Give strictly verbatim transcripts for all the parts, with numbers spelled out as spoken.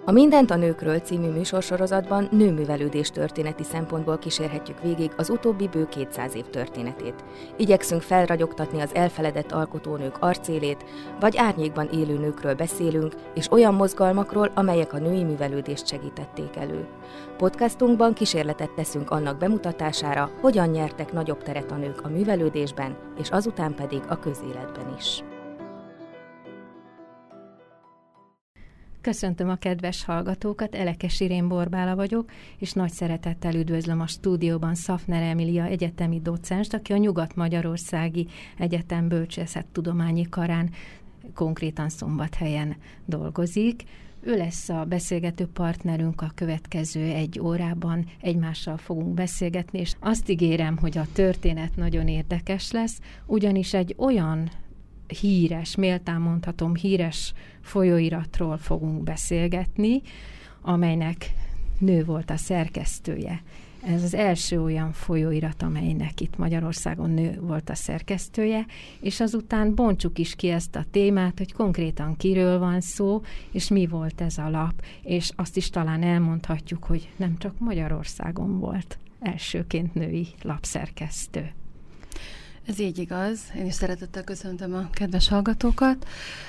A Mindent a nőkről című műsorsorozatban nőművelődés történeti szempontból kísérhetjük végig az utóbbi bő kétszáz év történetét. Igyekszünk felragyogtatni az elfeledett alkotónők arcélét, vagy árnyékban élő nőkről beszélünk, és olyan mozgalmakról, amelyek a női művelődést segítették elő. Podcastunkban kísérletet teszünk annak bemutatására, hogyan nyertek nagyobb teret a nők a művelődésben, és azután pedig a közéletben is. Köszöntöm a kedves hallgatókat, Elekes Irén Borbála vagyok, és nagy szeretettel üdvözlöm a stúdióban Szafner Emília egyetemi docenst, aki a Nyugat-Magyarországi Egyetem Bölcsészettudományi Karán, konkrétan Szombathelyen dolgozik. Ő lesz a beszélgető partnerünk a következő egy órában, egymással fogunk beszélgetni, és azt ígérem, hogy a történet nagyon érdekes lesz, ugyanis egy olyan híres, méltán mondhatom, híres folyóiratról fogunk beszélgetni, amelynek nő volt a szerkesztője. Ez az első olyan folyóirat, amelynek itt Magyarországon nő volt a szerkesztője, és azután bontsuk is ki ezt a témát, hogy konkrétan kiről van szó, és mi volt ez a lap, és azt is talán elmondhatjuk, hogy nem csak Magyarországon volt elsőként női lapszerkesztő. Ez így igaz. Én is szeretettel köszöntöm a kedves hallgatókat.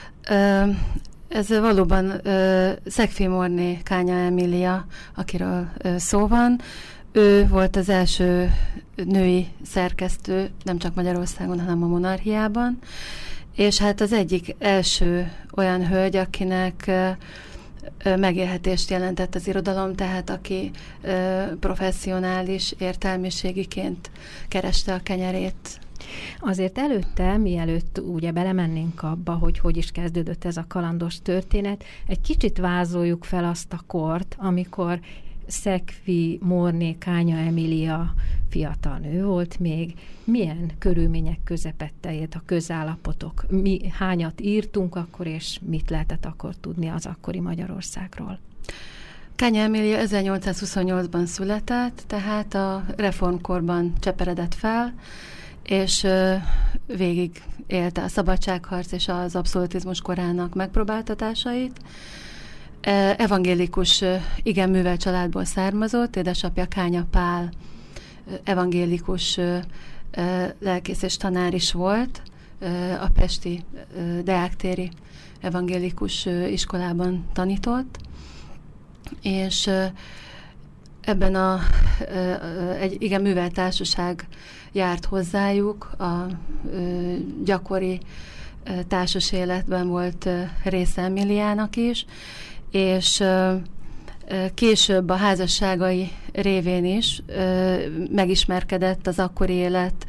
Ez valóban Szegfi Morné Kánya Emília, akiről szó van. Ő volt az első női szerkesztő, nem csak Magyarországon, hanem a monarchiában. És hát az egyik első olyan hölgy, akinek megélhetést jelentett az irodalom, tehát aki professzionális értelmiségiként kereste a kenyerét. Azért előtte, mielőtt ugye belemennénk abba, hogy hogy is kezdődött ez a kalandos történet, egy kicsit vázoljuk fel azt a kort, amikor Szegfi Morné Kánya Emília fiatal nő volt még. Milyen körülmények közepette élt a közállapotok? Mi hányat írtunk akkor, és mit lehetett akkor tudni az akkori Magyarországról? Kánya Emília ezernyolcszázhuszonnyolcban született, tehát a reformkorban cseperedett fel, és végig élte a szabadságharc és az abszolutizmus korának megpróbáltatásait. Evangélikus, igen művelt családból származott, édesapja Kánya Pál evangélikus lelkész és tanár is volt, a pesti deáktéri evangélikus iskolában tanított, és ebben a, egy igen művelt társaság járt hozzájuk, a gyakori társas életben volt része Emíliának is, és később a házasságai révén is megismerkedett az akkori élet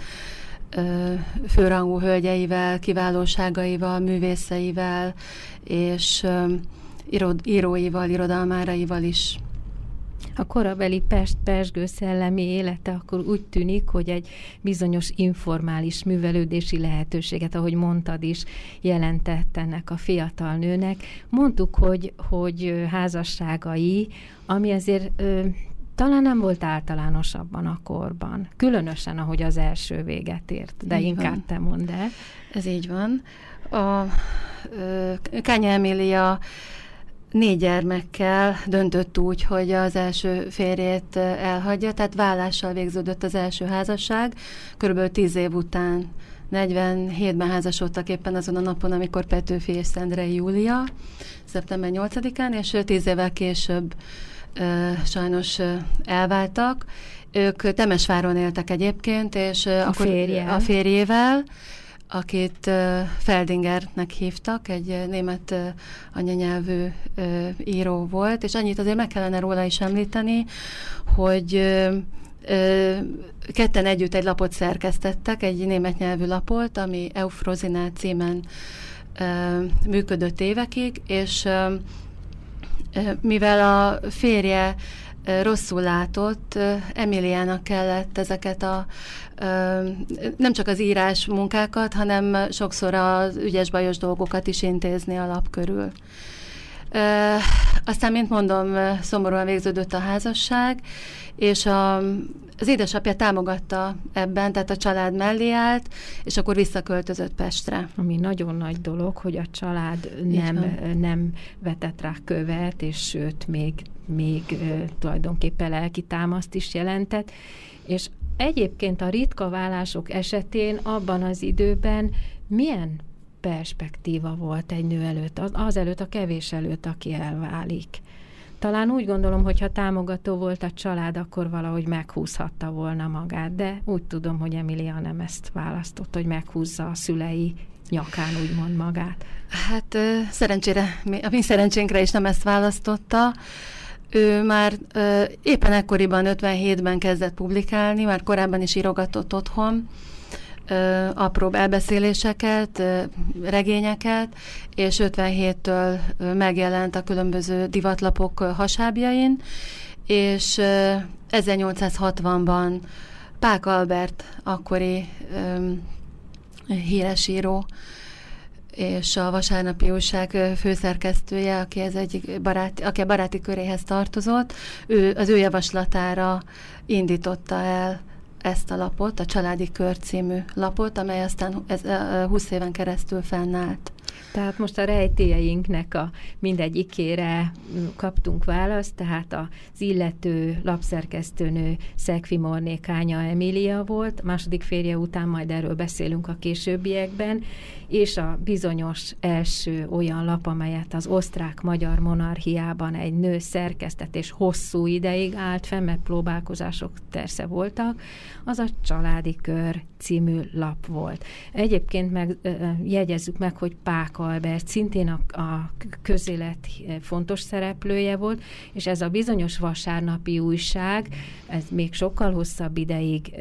főrangú hölgyeivel, kiválóságaival, művészeivel, és íróival, irodalmáraival is. A korabeli Pest pezsgő szellemi élete akkor úgy tűnik, hogy egy bizonyos informális művelődési lehetőséget, ahogy mondtad is, jelentett ennek a fiatal nőnek. Mondtuk, hogy, hogy házasságai, ami azért ö, talán nem volt általánosabban a korban. Különösen, ahogy az első véget ért, de így inkább van. Te mondd el. Ez így van. A ö, Kánya Emília négy gyermekkel döntött úgy, hogy az első férjét elhagyja, tehát vállással végződött az első házasság. Körülbelül tíz év után, negyvenhétben házasodtak éppen azon a napon, amikor Petőfi és Szendrei Júlia, szeptember nyolcadikán, és tíz évvel később e, sajnos elváltak. Ők Temesváron éltek egyébként, és a, akkor férjel. a férjével, akit uh, Feldingernek hívtak, egy uh, német uh, anyanyelvű uh, író volt, és annyit azért meg kellene róla is említeni, hogy uh, uh, ketten együtt egy lapot szerkesztettek, egy német nyelvű lapot, ami Eufrozina címen uh, működött évekig, és uh, uh, mivel a férje rosszul látott, Emíliának kellett ezeket a nem csak az írás munkákat, hanem sokszor az ügyes-bajos dolgokat is intézni a lap körül. E, aztán, mint mondom, szomorúan végződött a házasság, és a, az édesapja támogatta ebben, tehát a család mellé állt, és akkor visszaköltözött Pestre. Ami nagyon nagy dolog, hogy a család nem, nem vetett rá követ, és sőt, még, még tulajdonképpen lelki támaszt is jelentett, és egyébként a ritka válások esetén abban az időben milyen perspektíva volt egy nő előtt, az, az előtt, a kevés előtt, aki elválik. Talán úgy gondolom, hogy ha támogató volt a család, akkor valahogy meghúzhatta volna magát, de úgy tudom, hogy Emilia nem ezt választott, hogy meghúzza a szülei nyakán úgymond magát. Hát szerencsére, a mi szerencsénkre is nem ezt választotta. Ő már ö, éppen ekkoriban, ötvenhétben kezdett publikálni, már korábban is írogatott otthon, ö, apróbb elbeszéléseket, ö, regényeket, és ötvenhéttől ö, megjelent a különböző divatlapok ö, hasábjain, és ö, ezernyolcszázhatvanban Pák Albert, akkori ö, híres író, és a Vasárnapi Újság főszerkesztője, aki, ez egyik barát, aki a baráti köréhez tartozott, ő, az ő javaslatára indította el ezt a lapot, a Családi Kör című lapot, amely aztán ez, húsz éven keresztül fennállt. Tehát most a rejtélyeinknek a mindegyikére kaptunk választ, tehát az illető lapszerkesztőnő Szekfi Mornékánya Emilia volt, második férje után majd erről beszélünk a későbbiekben, és a bizonyos első olyan lap, amelyet az osztrák-magyar monarchiában egy nő szerkesztett, és hosszú ideig állt fenn, mert próbálkozások persze voltak, az a Családi Kör című lap volt. Egyébként meg jegyezzük meg, hogy Pák Albert szintén a, a közélet fontos szereplője volt, és ez a bizonyos Vasárnapi Újság, ez még sokkal hosszabb ideig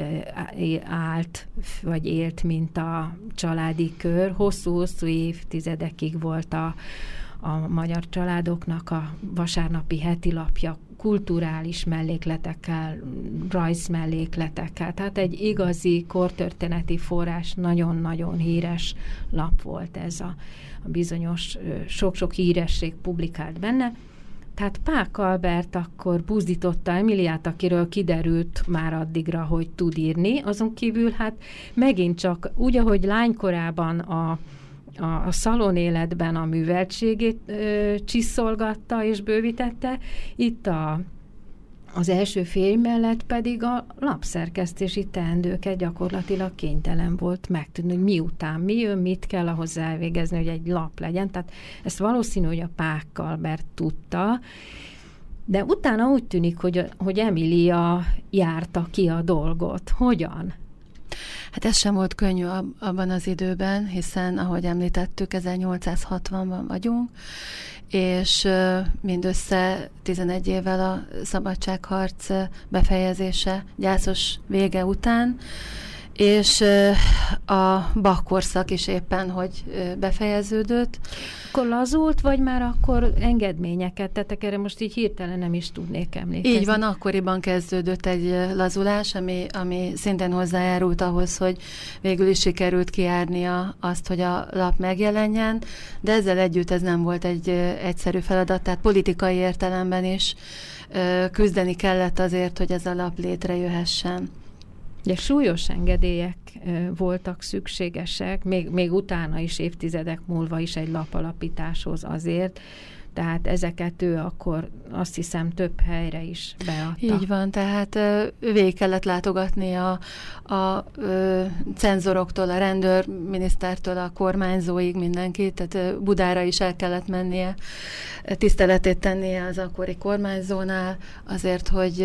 állt, vagy élt, mint a Családi Kör. Hosszú-hosszú évtizedekig volt a, a magyar családoknak a vasárnapi heti lapja, kulturális mellékletekkel, rajzmellékletekkel. Tehát egy igazi kortörténeti forrás, nagyon-nagyon híres lap volt ez a, a bizonyos, sok-sok híresség publikált benne. Tehát Pák Albert akkor buzdította Emiliát, akiről kiderült már addigra, hogy tud írni. Azon kívül hát megint csak úgy, ahogy lánykorában a a, a szalonéletben a műveltségét ö, csiszolgatta és bővítette, itt a, az első férj mellett pedig a lapszerkesztési teendőket gyakorlatilag kénytelen volt megtudni, hogy miután mi jön, mit kell ahhoz elvégezni, hogy egy lap legyen. Tehát ezt valószínű, hogy a Pák Albert tudta, de utána úgy tűnik, hogy, hogy Emilia járta ki a dolgot. Hogyan? Hát ez sem volt könnyű abban az időben, hiszen, ahogy említettük, ezernyolcszázhatvanban vagyunk, és mindössze tizenegy évvel a szabadságharc befejezése, gyászos vége után, és a Bach korszak is éppen, hogy befejeződött. Akkor lazult, vagy már akkor engedményeket tettek? Erre most így hirtelen nem is tudnék emlékezni. Így van, akkoriban kezdődött egy lazulás, ami, ami szintén hozzájárult ahhoz, hogy végül is sikerült kijárnia azt, hogy a lap megjelenjen, de ezzel együtt ez nem volt egy egyszerű feladat, tehát politikai értelemben is küzdeni kellett azért, hogy ez a lap létrejöhessen. Ugye súlyos engedélyek voltak szükségesek, még, még utána is, évtizedek múlva is egy lapalapításhoz azért, tehát ezeket ő akkor azt hiszem több helyre is beadta. Így van, tehát végig kellett látogatni a, a, a cenzoroktól, a rendőrminisztertől, a kormányzóig mindenkit, tehát Budára is el kellett mennie, tiszteletét tennie az akkori kormányzónál, azért, hogy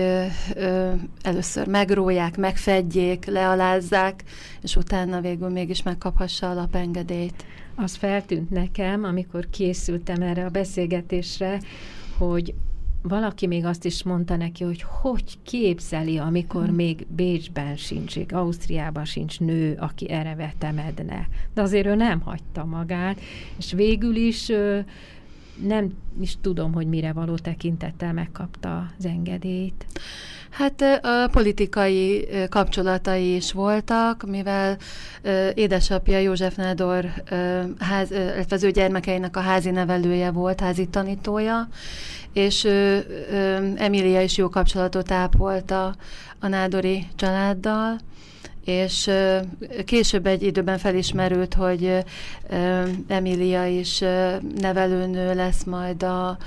először megróják, megfedjék, lealázzák, és utána végül mégis megkaphassa a lapengedélyt. Az feltűnt nekem, amikor készültem erre a beszélgetésre, hogy valaki még azt is mondta neki, hogy hogy képzeli, amikor hmm. még Bécsben sincs, Ausztriában sincs nő, aki erre vetemedne. De azért ő nem hagyta magát, és végül is nem is tudom, hogy mire való tekintettel megkapta az engedélyt. Hát a politikai kapcsolatai is voltak, mivel édesapja József Nádor ház, az ő gyermekeinek a házi nevelője volt, házi tanítója, és Emília is jó kapcsolatot ápolt a, a nádori családdal, és később egy időben felismerült, hogy Emília is nevelőnő lesz majd a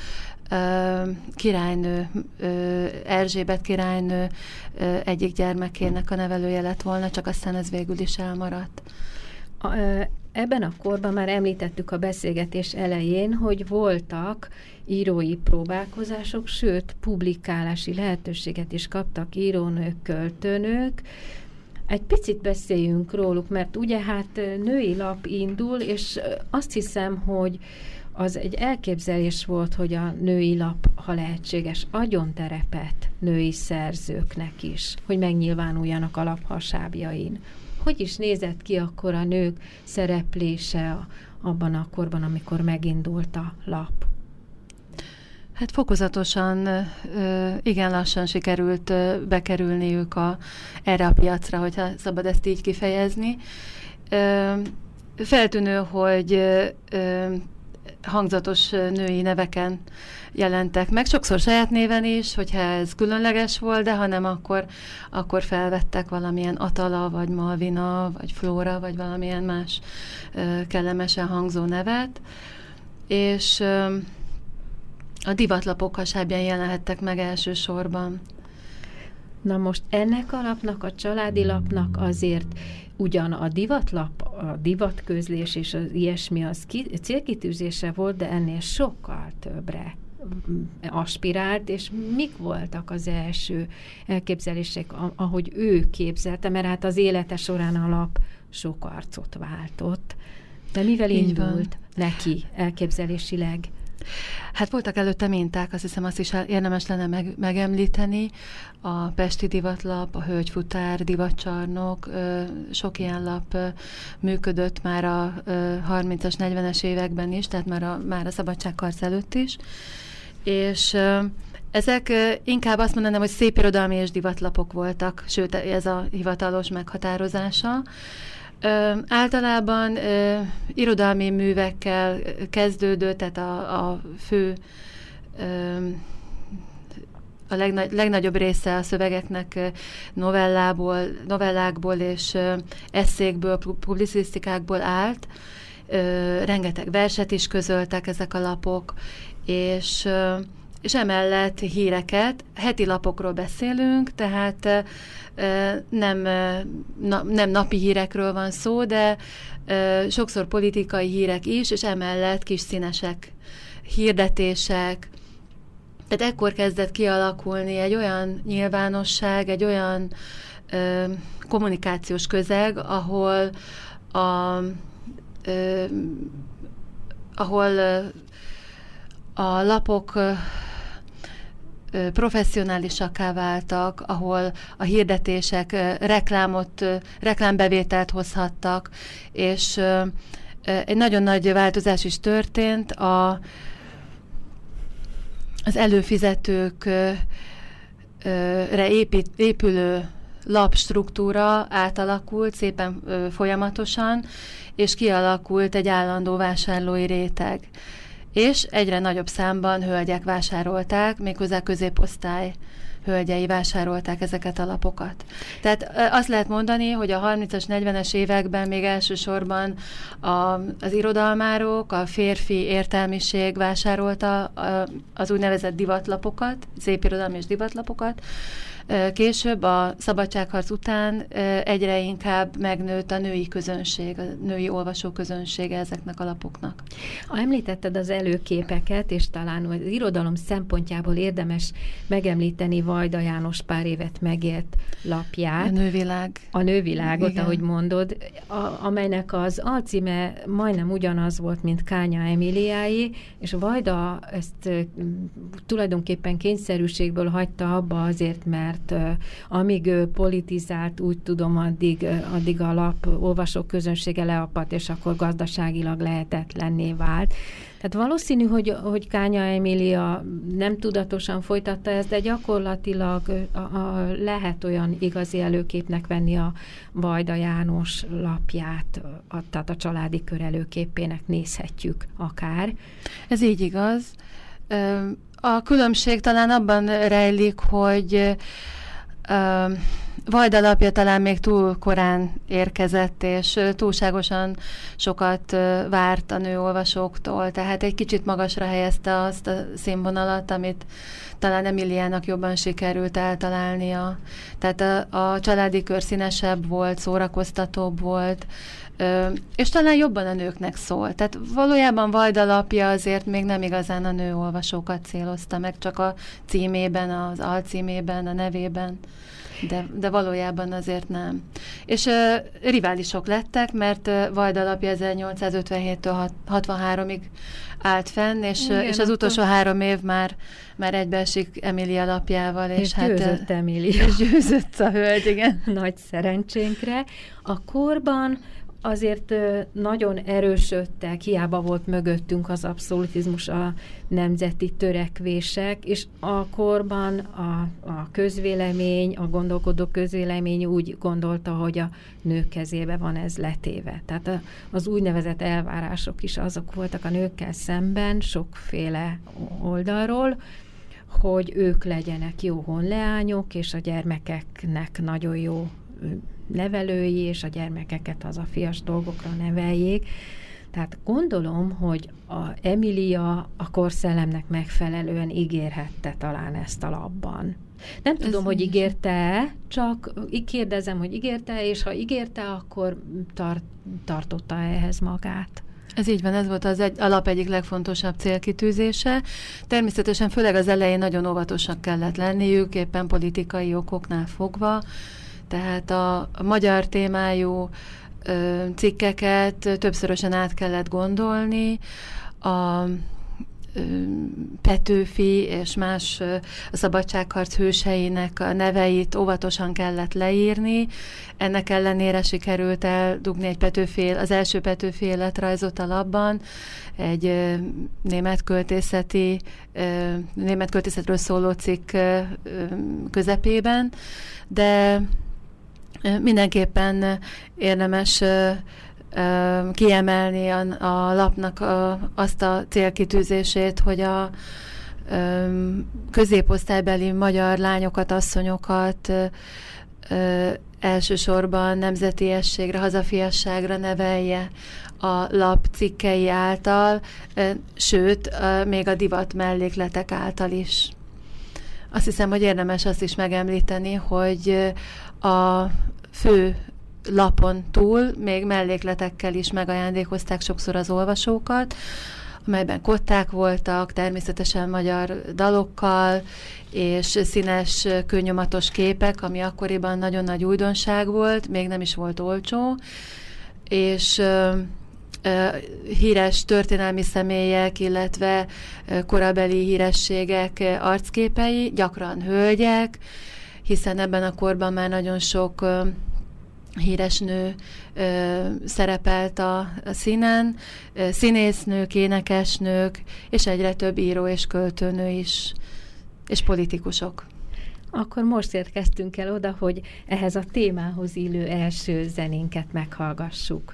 királynő, Erzsébet királynő egyik gyermekének a nevelője lett volna, csak aztán ez végül is elmaradt. A, ebben a korban már említettük a beszélgetés elején, hogy voltak írói próbálkozások, sőt, publikálási lehetőséget is kaptak írónők, költőnők. Egy picit beszéljünk róluk, mert ugye hát női lap indul, és azt hiszem, hogy az egy elképzelés volt, hogy a női lap, ha lehetséges, adjon terepet női szerzőknek is, hogy megnyilvánuljanak a lap hasábjain. Hogy is nézett ki akkor a nők szereplése abban a korban, amikor megindult a lap? Hát fokozatosan, igen lassan sikerült bekerülniük a, erre a piacra, hogyha szabad ezt így kifejezni. Feltűnő, hogy hangzatos női neveken jelentek meg, sokszor saját néven is, hogyha ez különleges volt, de ha nem, akkor, akkor felvettek valamilyen Atala, vagy Malvina, vagy Flóra, vagy valamilyen más kellemesen hangzó nevet, és a divatlapok hasábján jelenhettek meg elsősorban. Na most ennek a lapnak, a családi lapnak azért ugyan a divatlap, a divatközlés és az ilyesmi az ki, célkitűzése volt, de ennél sokkal többre aspirált, és mik voltak az első elképzelések, ahogy ő képzelte, mert hát az élete során a lap sok arcot váltott. De mivel Így indult van. neki elképzelésileg? Hát voltak előtte minták, azt hiszem azt is érdemes lenne meg, megemlíteni. A Pesti Divatlap, a Hölgyfutár, Divatcsarnok, sok ilyen lap működött már a harmincas, negyvenes években is, tehát már a, már a szabadságharc előtt is. És ezek inkább azt mondanám, hogy szépirodalmi és divatlapok voltak, sőt ez a hivatalos meghatározása. Ö, általában ö, irodalmi művekkel kezdődött, tehát a, a fő, ö, a legnagy, legnagyobb része a szövegeknek novellából, novellákból és ö, esszékből, publicisztikákból állt. Ö, rengeteg verset is közöltek ezek a lapok, és ö, és emellett híreket, heti lapokról beszélünk, tehát nem, na, nem napi hírekről van szó, de sokszor politikai hírek is, és emellett kis színesek, hirdetések. Tehát ekkor kezdett kialakulni egy olyan nyilvánosság, egy olyan ö, kommunikációs közeg, ahol a ö, ahol ö, a lapok ö, professzionálisakká váltak, ahol a hirdetések ö, reklámot, ö, reklámbevételt hozhattak, és ö, egy nagyon nagy változás is történt. A, az előfizetőkre épít, épülő lapstruktúra átalakult szépen ö, folyamatosan, és kialakult egy állandó vásárlói réteg. És egyre nagyobb számban hölgyek vásárolták, méghozzá középosztály hölgyei vásárolták ezeket a lapokat. Tehát azt lehet mondani, hogy a harmincas, negyvenes években még elsősorban a, az irodalmárok, a férfi értelmiség vásárolta a, az úgynevezett divatlapokat, szépirodalmi és divatlapokat. Később a szabadságharc után egyre inkább megnőtt a női közönség, a női olvasóközönsége ezeknek a lapoknak. Említetted az előképeket, és talán az irodalom szempontjából érdemes megemlíteni Vajda János pár évet megélt lapját. A Nővilág. A Nővilágot, Igen. ahogy mondod, a, amelynek az alcíme majdnem ugyanaz volt, mint Kánya Emíliáé, és Vajda ezt tulajdonképpen kényszerűségből hagyta abba azért, mert amíg ő politizált, úgy tudom, addig, addig a lap olvasók közönsége leapadt, és akkor gazdaságilag lehetetlenné vált. Tehát valószínű, hogy, hogy Kánya Emília nem tudatosan folytatta ezt, de gyakorlatilag a, a, lehet olyan igazi előképnek venni a Vajda János lapját, a, tehát a családi kör előképének nézhetjük akár. Ez így igaz. A különbség talán abban rejlik, hogy Vajda lapja talán még túl korán érkezett, és túlságosan sokat várt a nőolvasóktól, tehát egy kicsit magasra helyezte azt a színvonalat, amit talán Emiliának jobban sikerült eltalálnia. Tehát a, a családi kör színesebb volt, szórakoztatóbb volt, és talán jobban a nőknek szól. Tehát valójában Vajda lapja azért még nem igazán a nőolvasókat célozta meg, csak a címében, az alcímében, a nevében. De, de valójában azért nem. És uh, riválisok lettek, mert uh, Vajda lapja ezernyolcszázötvenhéttől hatvanháromig állt fenn, és, igen, és az utolsó három év már, már egybeesik Emília lapjával. És, és hát, győzött Emília. És győzött a hölgy, igen. Nagy szerencsénkre. A korban azért nagyon erősödtek, hiába volt mögöttünk az abszolutizmus, a nemzeti törekvések, és a korban a, a közvélemény, a gondolkodó közvélemény úgy gondolta, hogy a nők kezébe van ez letéve. Tehát a, az úgynevezett elvárások is azok voltak a nőkkel szemben, sokféle oldalról, hogy ők legyenek jó honleányok, és a gyermekeknek nagyon jó nevelői, és a gyermekeket hazafias dolgokra neveljék. Tehát gondolom, hogy a Emília a korszellemnek megfelelően ígérhette talán ezt a lapban. Nem Ez tudom, hogy ígérte, csak kérdezem, hogy ígérte, és ha ígérte, akkor tar- tartotta ehhez magát. Ez így van, ez volt az egy, a lap egyik legfontosabb célkitűzése. Természetesen főleg az elején nagyon óvatosak kellett lenniük, éppen politikai okoknál fogva. Tehát a, a magyar témájú ö, cikkeket többszörösen át kellett gondolni, a ö, Petőfi és más ö, a szabadságharc hőseinek a neveit óvatosan kellett leírni. Ennek ellenére sikerült eldugni egy Petőfi, az első Petőfi életrajzot a lapban, egy ö, német költészeti, ö, német költészetről szóló cikk ö, közepében, de mindenképpen érdemes uh, uh, kiemelni a, a lapnak uh, azt a célkitűzését, hogy a um, középosztálybeli magyar lányokat, asszonyokat uh, uh, elsősorban nemzetiességre, hazafiasságra nevelje a lap cikkei által, uh, sőt, uh, még a divat mellékletek által is. Azt hiszem, hogy érdemes azt is megemlíteni, hogy a fő lapon túl még mellékletekkel is megajándékozták sokszor az olvasókat, amelyben kották voltak, természetesen magyar dalokkal, és színes, kőnyomatos képek, ami akkoriban nagyon nagy újdonság volt, még nem is volt olcsó, és híres történelmi személyek, illetve korabeli hírességek arcképei, gyakran hölgyek, hiszen ebben a korban már nagyon sok híres nő szerepelt a, a színen, színésznők, énekesnők, és egyre több író és költőnő is, és politikusok. Akkor most érkeztünk el oda, hogy ehhez a témához illő első zenénket meghallgassuk.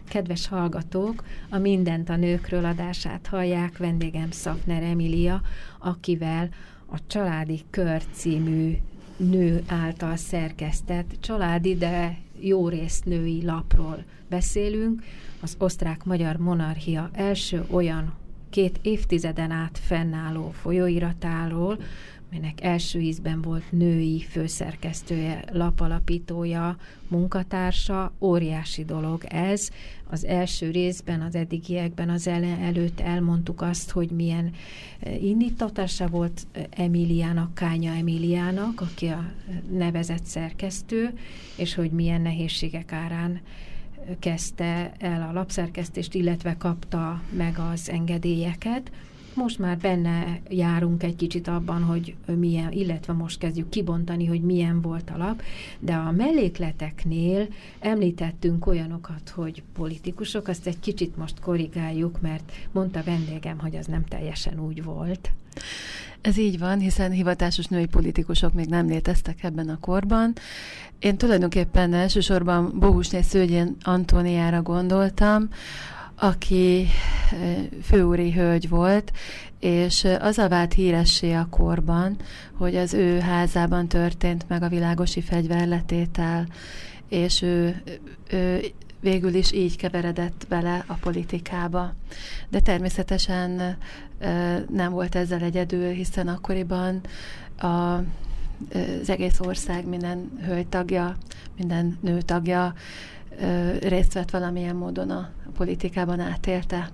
kedves hallgatók a Mindent a nőkről adását hallják, vendégem Szafner Emília, akivel a Családi Kör című nő által szerkesztett családi, de jó részt női lapról beszélünk, az osztrák-magyar monarchia első olyan két évtizeden át fennálló folyóiratáról, melynek első ízben volt női főszerkesztője, lapalapítója, munkatársa. Óriási dolog ez. Az első részben, az eddigiekben, az el- előtt elmondtuk azt, hogy milyen indítatása volt Emíliának, Kánya Emíliának, aki a nevezett szerkesztő, és hogy milyen nehézségek árán kezdte el a lapszerkesztést, illetve kapta meg az engedélyeket. Most már benne járunk egy kicsit abban, hogy milyen, illetve most kezdjük kibontani, hogy milyen volt a lap, de a mellékleteknél említettünk olyanokat, hogy politikusok, azt egy kicsit most korrigáljuk, mert mondta vendégem, hogy az nem teljesen úgy volt. Ez így van, hiszen hivatásos női politikusok még nem léteztek ebben a korban. Én tulajdonképpen elsősorban Bohusné Szőgyén Antóniára gondoltam, aki főúri hölgy volt, és azzal vált híressé a korban, hogy az ő házában történt meg a világosi fegyverletétel, és ő, ő végül is így keveredett bele a politikába. De természetesen nem volt ezzel egyedül, hiszen akkoriban a, az egész ország minden hölgy tagja, minden nő tagja részt vett valamilyen módon a politikában, átélte,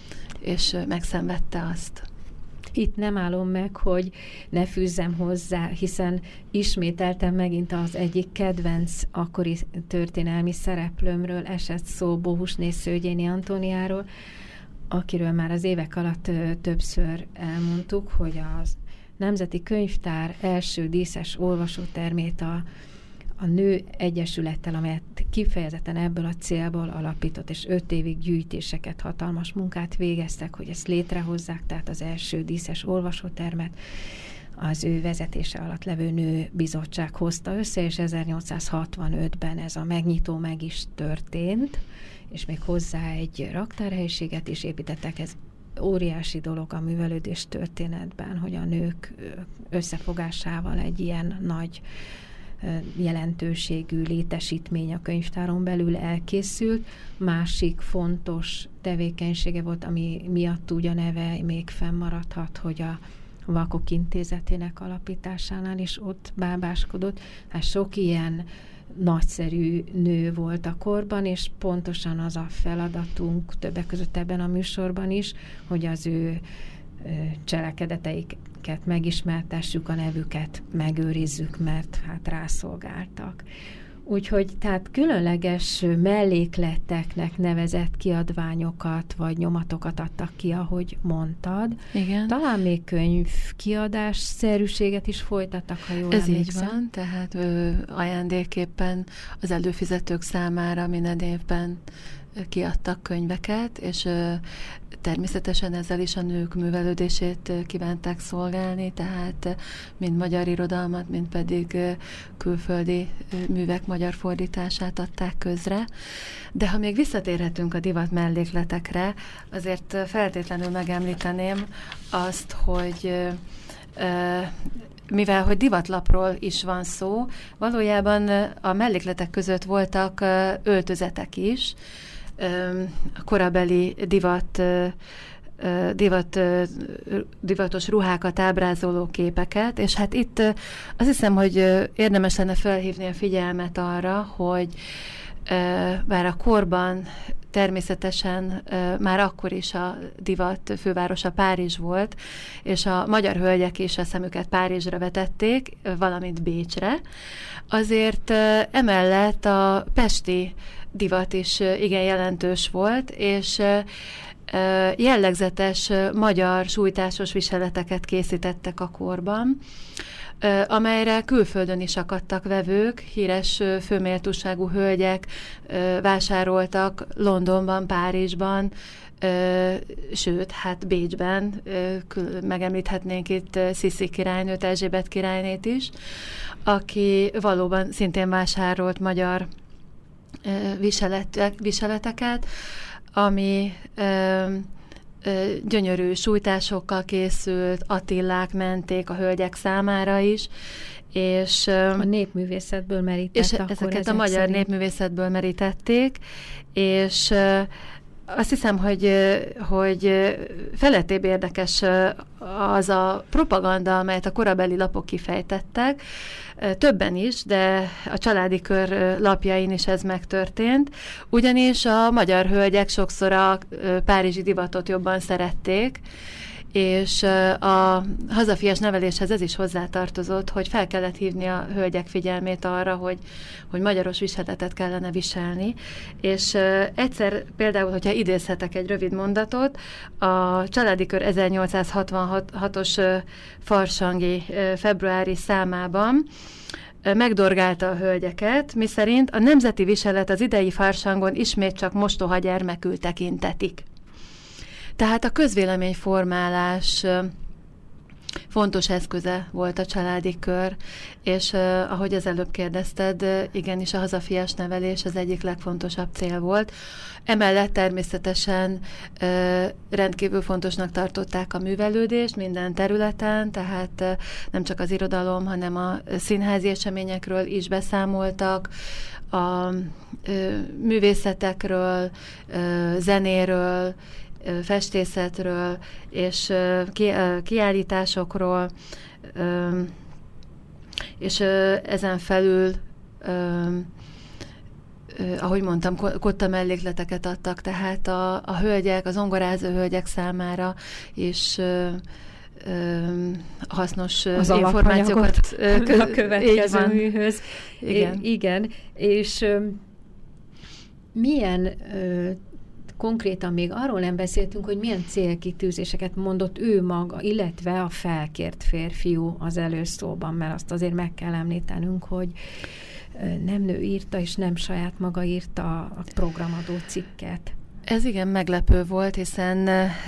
és megszenvedte azt. Itt nem állom meg, hogy ne fűzzem hozzá, hiszen ismételtem megint az egyik kedvenc akkori történelmi szereplőmről esett szó, Bohusné Szőgyéni Antóniáról, akiről már az évek alatt többször elmondtuk, hogy az Nemzeti Könyvtár első díszes olvasótermét a a Nő Egyesülettel, amelyet kifejezetten ebből a célból alapított, és öt évig gyűjtéseket, hatalmas munkát végeztek, hogy ezt létrehozzák, tehát az első díszes olvasótermet az ő vezetése alatt levő Nő Bizottság hozta össze, és ezernyolcszázhatvanötben ez a megnyitó meg is történt, és még hozzá egy raktárhelyiséget is építettek. Ez óriási dolog a művelődés történetben, hogy a nők összefogásával egy ilyen nagy jelentőségű létesítmény a könyvtáron belül elkészült. Másik fontos tevékenysége volt, ami miatt úgy a neve még fennmaradhat, hogy a Vakok Intézetének alapításánál is ott bábáskodott. Hát sok ilyen nagyszerű nő volt a korban, és pontosan az a feladatunk, többek között ebben a műsorban is, hogy az ő cselekedeteiket megismertessük, a nevüket megőrizzük, mert hát rászolgáltak. Úgyhogy tehát különleges mellékleteknek nevezett kiadványokat vagy nyomatokat adtak ki, ahogy mondtad. Igen. Talán még könyvkiadás szerűséget is folytattak, ha jól Ez emlékszem. így van, tehát ö, ajándékképpen az előfizetők számára minden évben kiadtak könyveket, és ö, természetesen ezzel is a nők művelődését kívánták szolgálni, tehát mind magyar irodalmat, mind pedig külföldi művek magyar fordítását adták közre. De ha még visszatérhetünk a divat mellékletekre, azért feltétlenül megemlíteném azt, hogy mivel hogy divatlapról is van szó, valójában a mellékletek között voltak öltözetek is, a korabeli divat, divat, divatos ruhákat ábrázoló képeket, és hát itt azt hiszem, hogy érdemes lenne felhívni a figyelmet arra, hogy bár a korban természetesen már akkor is a divat fővárosa Párizs volt, és a magyar hölgyek is a szemüket Párizsra vetették, valamint Bécsre, azért emellett a pesti divat is igen jelentős volt, és jellegzetes magyar sújtásos viseleteket készítettek a korban, amelyre külföldön is akadtak vevők, híres főméltóságú hölgyek vásároltak Londonban, Párizsban, sőt, hát Bécsben, megemlíthetnénk itt Sziszi királynőt, Erzsébet királynét is, aki valóban szintén vásárolt magyar viseletek, viseleteket, ami ö, ö, gyönyörű sújtásokkal készült, Attillák menték a hölgyek számára is, és a népművészetből merített és akkor ezeket ezek a magyar szerint. népművészetből merítették, és azt hiszem, hogy, hogy felettébb érdekes az a propaganda, amelyet a korabeli lapok kifejtettek, többen is, de a Családi Kör lapjain is ez megtörtént, ugyanis a magyar hölgyek sokszor a párizsi divatot jobban szerették, és a hazafias neveléshez ez is hozzátartozott, hogy fel kellett hívni a hölgyek figyelmét arra, hogy, hogy magyaros viseletet kellene viselni, és egyszer például, hogyha idézhetek egy rövid mondatot, a Családi Kör ezernyolcszázhatvanhatos farsangi februári számában megdorgálta a hölgyeket, miszerint a nemzeti viselet az idei farsangon ismét csak mostoha gyermekül tekintetik. Tehát a közvéleményformálás fontos eszköze volt a Családi Kör, és uh, ahogy az előbb kérdezted, uh, igenis a hazafias nevelés az egyik legfontosabb cél volt. Emellett természetesen uh, rendkívül fontosnak tartották a művelődést minden területen, tehát uh, nem csak az irodalom, hanem a színházi eseményekről is beszámoltak, a uh, művészetekről, uh, zenéről, festészetről és ki, kiállításokról, és ezen felül, ahogy mondtam, kotta mellékleteket adtak, tehát a, a hölgyek, az zongorázó hölgyek számára is hasznos az információkat a következő műhöz. Igen. Igen, és milyen konkrétan még arról nem beszéltünk, hogy milyen célkitűzéseket mondott ő maga, illetve a felkért férfiú az előszóban, mert azt azért meg kell említenünk, hogy nem nő írta, és nem saját maga írta a programadó cikket. Ez igen meglepő volt, hiszen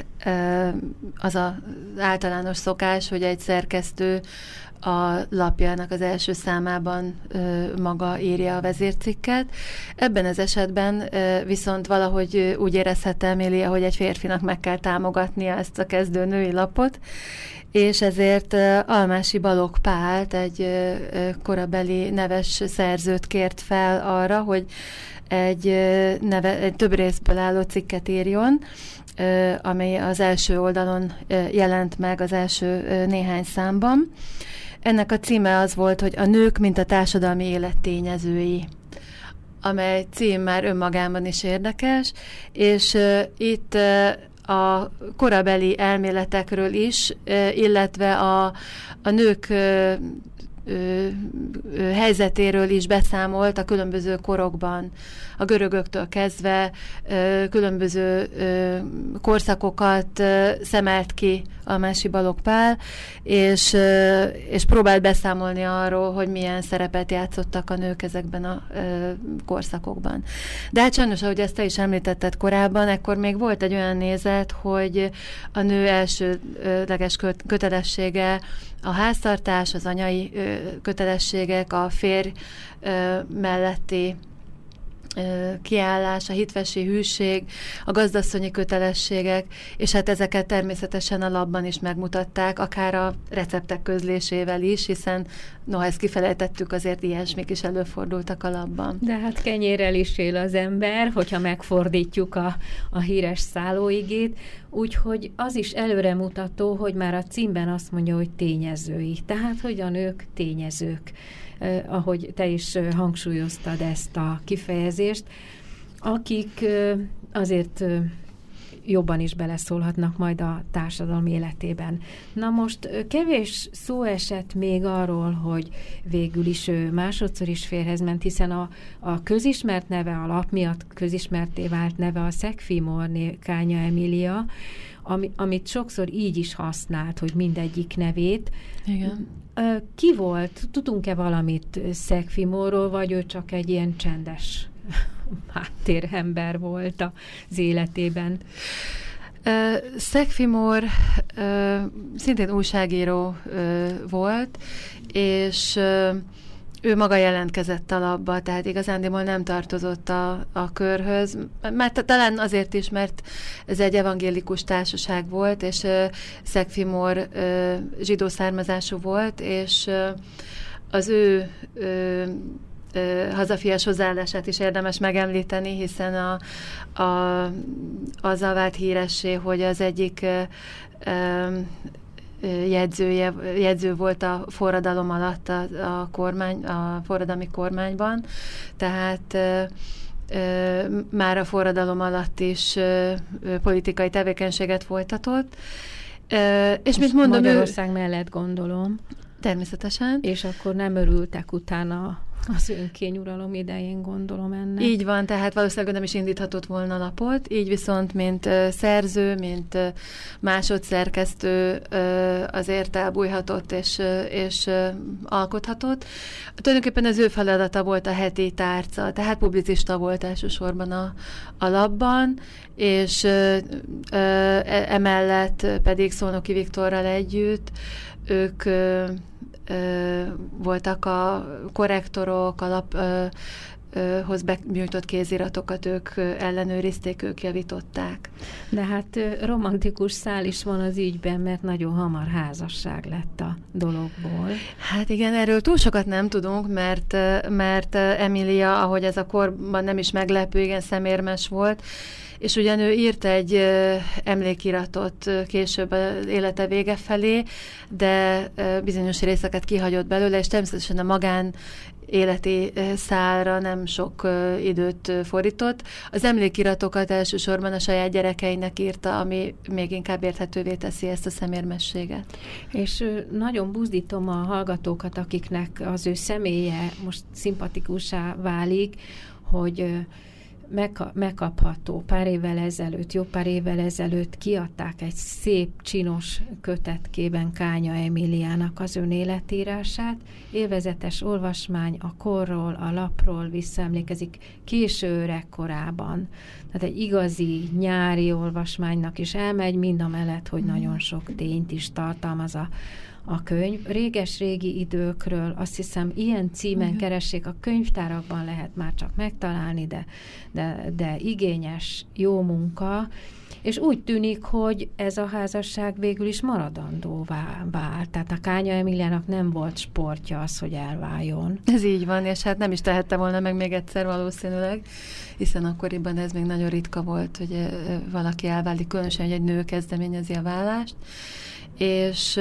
az az általános szokás, hogy egy szerkesztő a lapjának az első számában ö, maga írja a vezércikket. Ebben az esetben ö, viszont valahogy úgy érezhette Emilia, hogy egy férfinak meg kell támogatnia ezt a kezdő női lapot, és ezért ö, Almási Balogh Pált, egy ö, korabeli neves szerzőt kért fel arra, hogy egy, neve, egy több részből álló cikket írjon, ö, amely az első oldalon ö, jelent meg az első ö, néhány számban. Ennek a címe az volt, hogy a nők, mint a társadalmi élet tényezői, amely cím már önmagában is érdekes, és uh, itt uh, a korabeli elméletekről is, uh, illetve a, a nők uh, Ö, ö, helyzetéről is beszámolt a különböző korokban, a görögöktől kezdve ö, különböző ö, korszakokat ö, szemelt ki Almási Balogh Pál, és, ö, és próbált beszámolni arról, hogy milyen szerepet játszottak a nők ezekben a ö, korszakokban. De hát sajnos, ahogy ezt te is említetted korábban, ekkor még volt egy olyan nézet, hogy a nő elsődleges kötelessége a háztartás, az anyai ö, kötelességek, a férj ö, melletti ö, kiállás, a hitvesi hűség, a gazdasszonyi kötelességek, és hát ezeket természetesen a labban is megmutatták, akár a receptek közlésével is, hiszen noha ezt kifelejtettük, azért ilyesmik is előfordultak a labban. De hát kenyérrel is él az ember, hogyha megfordítjuk a, a híres szállóigét, úgyhogy az is előremutató, hogy már a címben azt mondja, hogy tényezői. Tehát, hogy a nők tényezők, eh, ahogy te is eh, hangsúlyoztad ezt a kifejezést, akik eh, azért eh, jobban is beleszólhatnak majd a társadalom életében. Na most kevés szó esett még arról, hogy végül is ő másodszor is férhez ment, hiszen a, a közismert neve, a lap miatt közismerté vált neve a Szegfimorné Kánya Emilia, ami, amit sokszor így is használt, hogy mindegyik nevét. Igen. Ki volt? Tudunk-e valamit Szegfimorról, vagy ő csak egy ilyen csendes háttérember volt az életében? Uh, Szegfimor uh, szintén újságíró uh, volt, és uh, ő maga jelentkezett a labba, tehát igazándiból nem tartozott a, a körhöz, mert talán azért is, mert ez egy evangélikus társaság volt, és uh, Szegfimor uh, zsidó származású volt, és uh, az ő uh, uh, hazafias hozzáállását is érdemes megemlíteni, hiszen a, a, azzal vált híressé, hogy az egyik uh, um, jegyzője, jegyző volt a forradalom alatt a, a, kormány, a forradalmi kormányban, tehát ö, ö, már a forradalom alatt is ö, ö, politikai tevékenységet folytatott. Ö, és, és mint mondom, Magyarország ő, mellett gondolom. Természetesen. És akkor nem örültek utána az önkényuralom idején, gondolom ennek. Így van, tehát valószínűleg nem is indíthatott volna lapot, így viszont, mint uh, szerző, mint uh, másodszerkesztő uh, azért elbújhatott és, uh, és uh, alkothatott. Tulajdonképpen az ő feladata volt a heti tárca, tehát publicista volt elsősorban a, a lapban, és uh, uh, emellett pedig Szolnoki Viktorral együtt ők uh, Ö, voltak a korrektorok, a laphoz benyújtott kéziratokat, ők ellenőrizték, ők javították. De hát romantikus szál is van az ügyben, mert nagyon hamar házasság lett a dologból. Hát igen, erről túl sokat nem tudunk, mert, mert Emilia, ahogy ez a korban nem is meglepő, igen szemérmes volt, és ugyan ő írt egy ö, emlékiratot ö, később az élete vége felé, de ö, bizonyos részeket kihagyott belőle, és természetesen a magán életi ö, szálra nem sok ö, időt ö, fordított. Az emlékiratokat elsősorban a saját gyerekeinek írta, ami még inkább érthetővé teszi ezt a szemérmességet. És ö, nagyon buzdítom a hallgatókat, akiknek az ő személye most szimpatikussá válik, hogy ö, megkapható. Pár évvel ezelőtt, jó pár évvel ezelőtt kiadták egy szép, csinos kötetkében Kánya Emiliának az önéletírását. Élvezetes olvasmány, a korról, a lapról visszaemlékezik késő öregkorában. Tehát egy igazi nyári olvasmánynak is elmegy, mind a mellett, hogy nagyon sok tényt is tartalmaz a a könyv. Réges-régi időkről, azt hiszem, ilyen címen uh-huh. keressék, a könyvtárakban lehet már csak megtalálni, de, de, de igényes, jó munka, és úgy tűnik, hogy ez a házasság végül is maradandóvá vált. Tehát a Kánya Emiliának nem volt sportja az, hogy elváljon. Ez így van, és hát nem is tehette volna meg még egyszer valószínűleg, hiszen akkoriban ez még nagyon ritka volt, hogy valaki elválik, különösen, hogy egy nő kezdeményezi a válást, és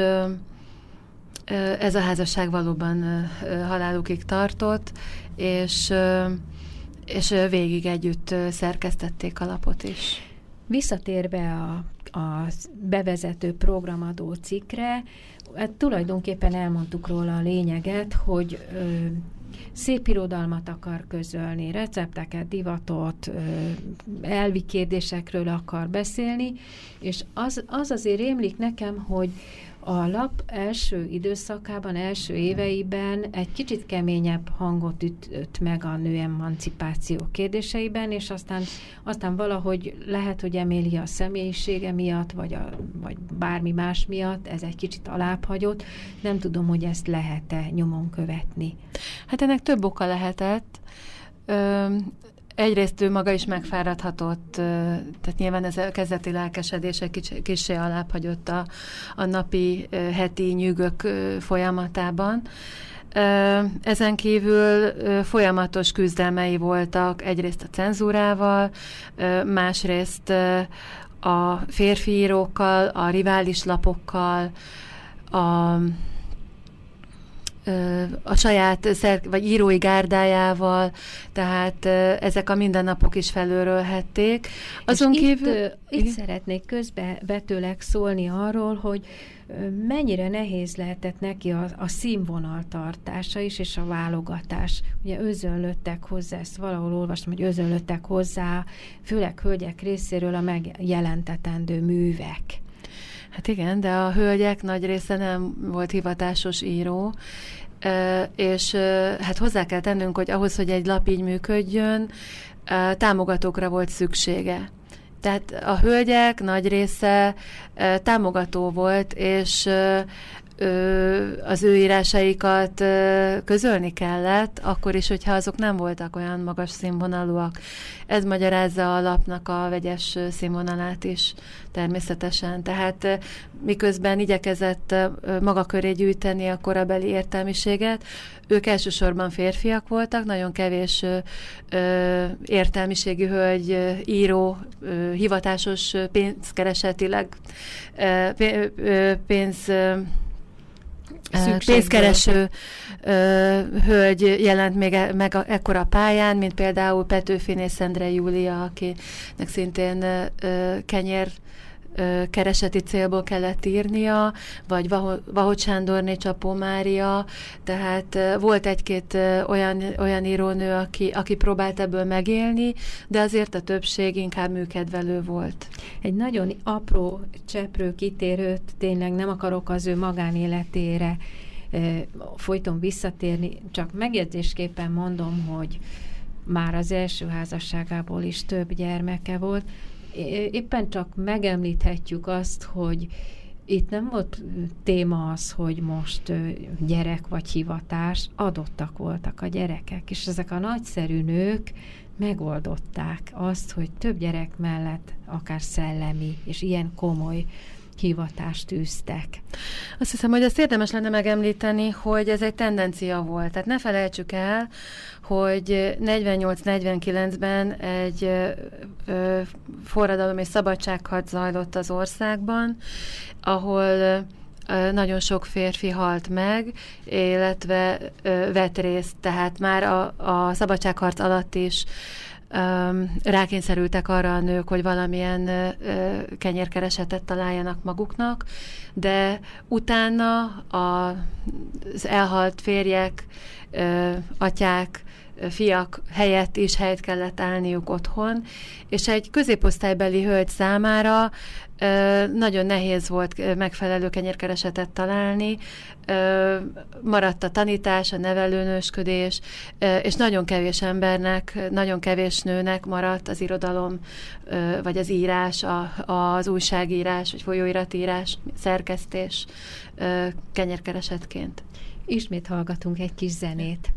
ez a házasság valóban halálukig tartott, és, és végig együtt szerkesztették a lapot is. Visszatérve a, a bevezető programadó cikkre, hát tulajdonképpen elmondtuk róla a lényeget, hogy ö, szép irodalmat akar közölni, recepteket, divatot, ö, elvi kérdésekről akar beszélni, és az, az azért rémlik nekem, hogy a lap első időszakában, első éveiben egy kicsit keményebb hangot ütött meg a nő emancipáció kérdéseiben, és aztán, aztán valahogy lehet, hogy Emilia a személyisége miatt, vagy, a, vagy bármi más miatt ez egy kicsit alább hagyott. Nem tudom, hogy ezt lehet-e nyomon követni. Hát ennek több oka lehetett. Ö, Egyrészt ő maga is megfáradhatott, tehát nyilván ez a kezdeti lelkesedés egy kicsi, kicsi alább hagyott a, a napi, heti nyűgök folyamatában. Ezen kívül folyamatos küzdelmei voltak egyrészt a cenzúrával, másrészt a férfi írókkal, a rivális lapokkal, a a saját szer- vagy írói gárdájával, tehát ezek a mindennapok is felőrölhették. Azon és kívül... Itt, itt szeretnék közbevetőleg szólni arról, hogy mennyire nehéz lehetett neki a, a színvonal tartása is, és a válogatás. Ugye özönlöttek hozzá, ezt valahol olvastam, hogy özönlöttek hozzá, főleg hölgyek részéről a megjelentetendő művek. Hát igen, de a hölgyek nagy része nem volt hivatásos író, és hát hozzá kell tennünk, hogy ahhoz, hogy egy lap így működjön, támogatókra volt szüksége. Tehát a hölgyek nagy része támogató volt, és az ő írásaikat közölni kellett, akkor is, hogyha azok nem voltak olyan magas színvonalúak. Ez magyarázza a lapnak a vegyes színvonalát is természetesen. Tehát miközben igyekezett maga köré gyűjteni a korabeli értelmiséget, ők elsősorban férfiak voltak, nagyon kevés ö, ö, értelmiségű hölgy, író, ö, hivatásos pénzkeresetileg ö, pénz pénzkereső ö, hölgy jelent még e, meg a, ekkora pályán, mint például Petőfiné Szendre Júlia, akinek szintén ö, kenyér ö, kereseti célból kellett írnia, vagy Vahot Sándorné Csapó Mária, tehát ö, volt egy-két ö, olyan, olyan írónő, aki, aki próbált ebből megélni, de azért a többség inkább műkedvelő volt. Egy nagyon apró cseprő kitérőt, tényleg nem akarok az ő magánéletére e, folyton visszatérni, csak megjegyzésképpen mondom, hogy már az első házasságából is több gyermeke volt. Éppen csak megemlíthetjük azt, hogy itt nem volt téma az, hogy most gyerek vagy hivatás, adottak voltak a gyerekek, és ezek a nagyszerű nők megoldották azt, hogy több gyerek mellett akár szellemi és ilyen komoly hivatást űztek. Azt hiszem, hogy azt érdemes lenne megemlíteni, hogy ez egy tendencia volt. Tehát ne felejtsük el, hogy negyvennyolc negyvenkilencben egy ö, ö, forradalom és szabadságharc zajlott az országban, ahol ö, nagyon sok férfi halt meg, illetve ö, vett részt, tehát már a, a szabadságharc alatt is Um, rákényszerültek arra a nők, hogy valamilyen uh, kenyérkeresetet találjanak maguknak, de utána a, az elhalt férjek, uh, atyák, uh, fiak helyett is helyet kellett állniuk otthon, és egy középosztálybeli hölgy számára uh, nagyon nehéz volt megfelelő kenyérkeresetet találni, uh, maradt a tanítás, a nevelőnősködés, uh, és nagyon kevés embernek, nagyon kevés nőnek maradt az irodalom, uh, vagy az írás, a, az újságírás, vagy folyóiratírás, szerkesztés uh, kenyérkeresetként. Ismét hallgatunk egy kis zenét.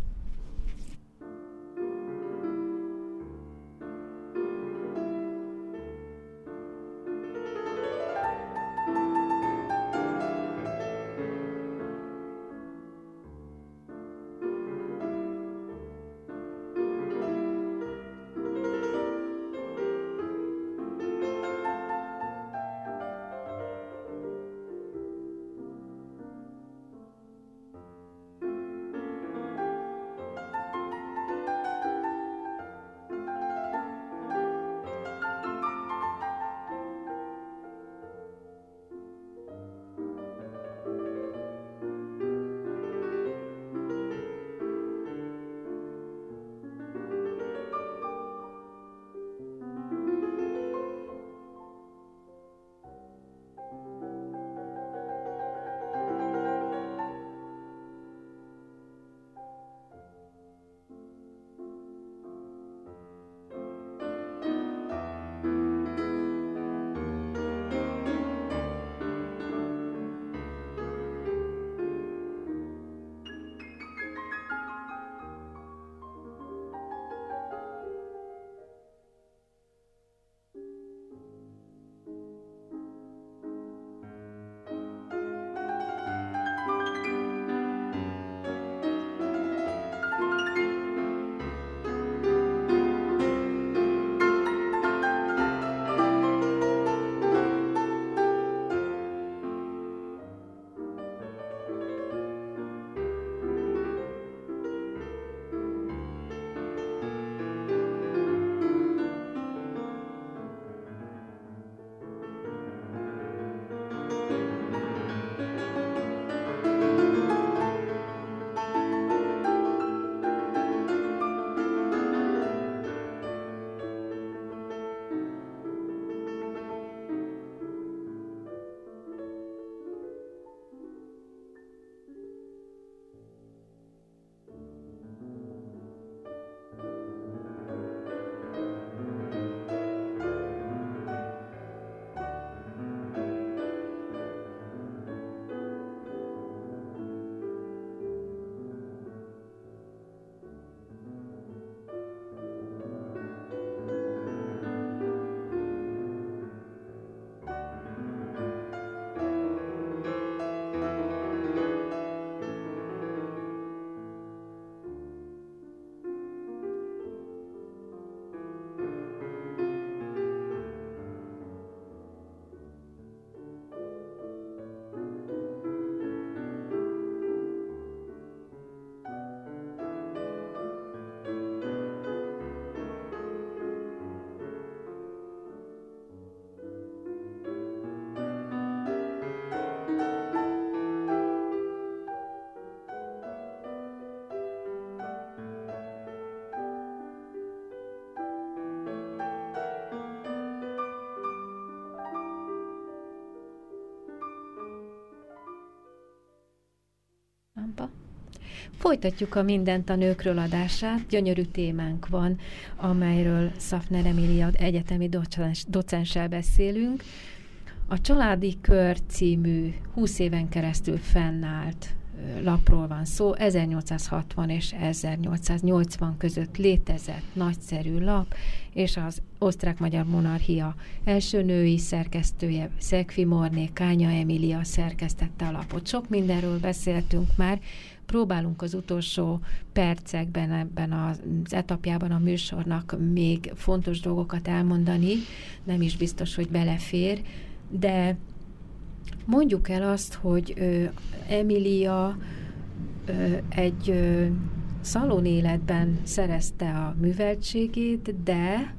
Folytatjuk a Mindent a nőkről adását. Gyönyörű témánk van, amelyről Szafner Emília egyetemi docens, docenssel beszélünk. A Családi Kör című húsz éven keresztül fennállt lapról van szó, ezernyolcszázhatvan és ezernyolcszáznyolcvan között létezett nagyszerű lap, és az Osztrák-Magyar Monarchia első női szerkesztője, Szegfi Morné, Kánya Emília szerkesztette a lapot. Sok mindenről beszéltünk már, próbálunk az utolsó percekben, ebben az etapjában a műsornak még fontos dolgokat elmondani, nem is biztos, hogy belefér, de mondjuk el azt, hogy ö, Emília ö, egy ö, szalonéletben szerezte a műveltségét, de...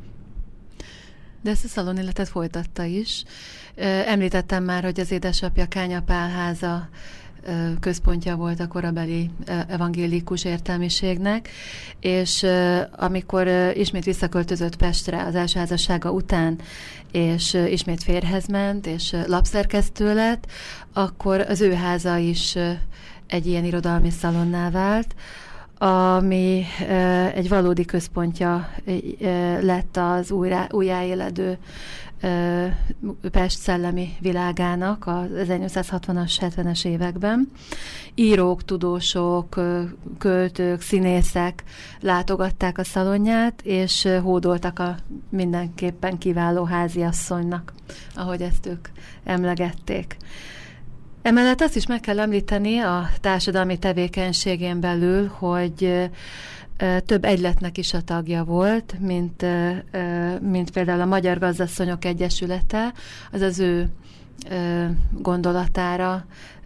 De ezt a szalonéletet folytatta is. Említettem már, hogy az édesapja Kánya Pálháza központja volt a korabeli evangélikus értelmiségnek, és amikor ismét visszaköltözött Pestre az első házassága után, és ismét férjhez ment, és lapszerkesztő lett, akkor az ő háza is egy ilyen irodalmi szalonná vált, ami egy valódi központja lett az újra, újjáéledő Pest szellemi világának az ezernyolcszázhatvanas, hetvenes években. Írók, tudósok, költők, színészek látogatták a szalonját, és hódoltak a mindenképpen kiváló háziasszonynak, ahogy ezt ők emlegették. Emellett azt is meg kell említeni a társadalmi tevékenységén belül, hogy több egyletnek is a tagja volt, mint, mint például a Magyar Gazdasszonyok Egyesülete, az az ő gondolatára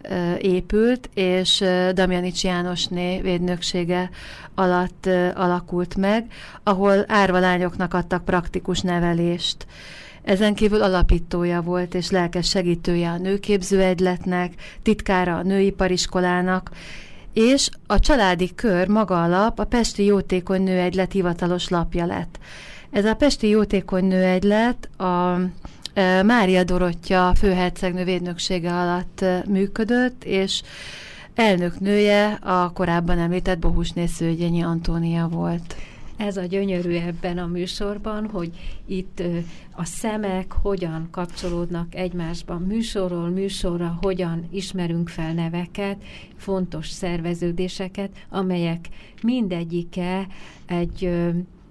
épült, és Damjanics Jánosné védnöksége alatt alakult meg, ahol árvalányoknak adtak praktikus nevelést. Ezen kívül alapítója volt és lelkes segítője a nőképző egyletnek, titkára a nőipariskolának, és a Családi Kör maga a lap a Pesti Jótékony Nőegylet hivatalos lapja lett. Ez a Pesti Jótékony Nőegylet a Mária Dorottya főhercegnő védnöksége alatt működött, és elnöknője a korábban említett Bohusné Szőgyényi Antónia volt. Ez a gyönyörű ebben a műsorban, hogy itt ö, a szemek hogyan kapcsolódnak egymásban, műsorról műsorra hogyan ismerünk fel neveket, fontos szerveződéseket, amelyek mindegyike egy ö,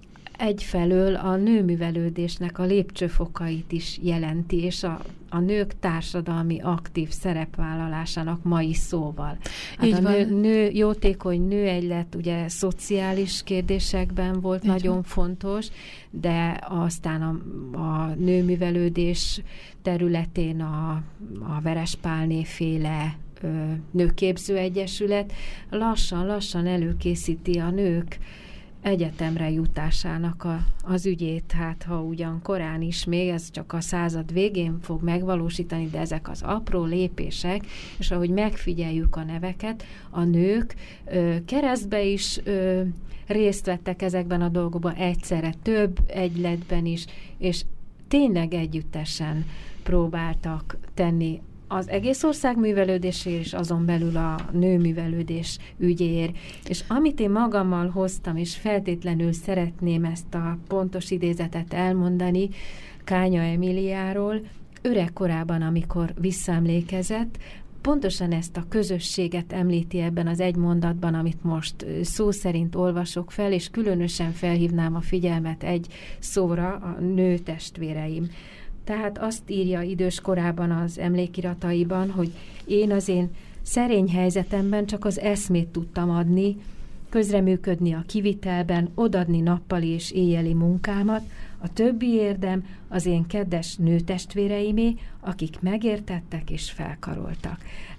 egyfelől a nőművelődésnek a lépcsőfokait is jelenti, és a, a nők társadalmi aktív szerepvállalásának mai szóval. Hát a nő, nő, jótékony nőegylet ugye szociális kérdésekben volt Így nagyon van. fontos, de aztán a, a nőművelődés területén a, a Verespálné féle ö, nőképző egyesület lassan-lassan előkészíti a nők egyetemre jutásának a, az ügyét, hát ha ugyan korán is még, ez csak a század végén fog megvalósítani, de ezek az apró lépések, és ahogy megfigyeljük a neveket, a nők ö, keresztbe is ö, részt vettek ezekben a dolgokban egyszerre, több egyletben is, és tényleg együttesen próbáltak tenni az egész ország művelődéséért, és azon belül a nőművelődés ügyéért. És amit én magammal hoztam, és feltétlenül szeretném ezt a pontos idézetet elmondani Kánya Emíliáról, öregkorában, amikor visszaemlékezett, pontosan ezt a közösséget említi ebben az egy mondatban, amit most szó szerint olvasok fel, és különösen felhívnám a figyelmet egy szóra, a nő testvéreim. Tehát azt írja idős korában az emlékirataiban, hogy én az én szerény helyzetemben csak az eszmét tudtam adni, közreműködni a kivitelben, odadni nappali és éjjeli munkámat, a többi érdem az én kedves nőtestvéreimé, akik megértettek és felkaroltak.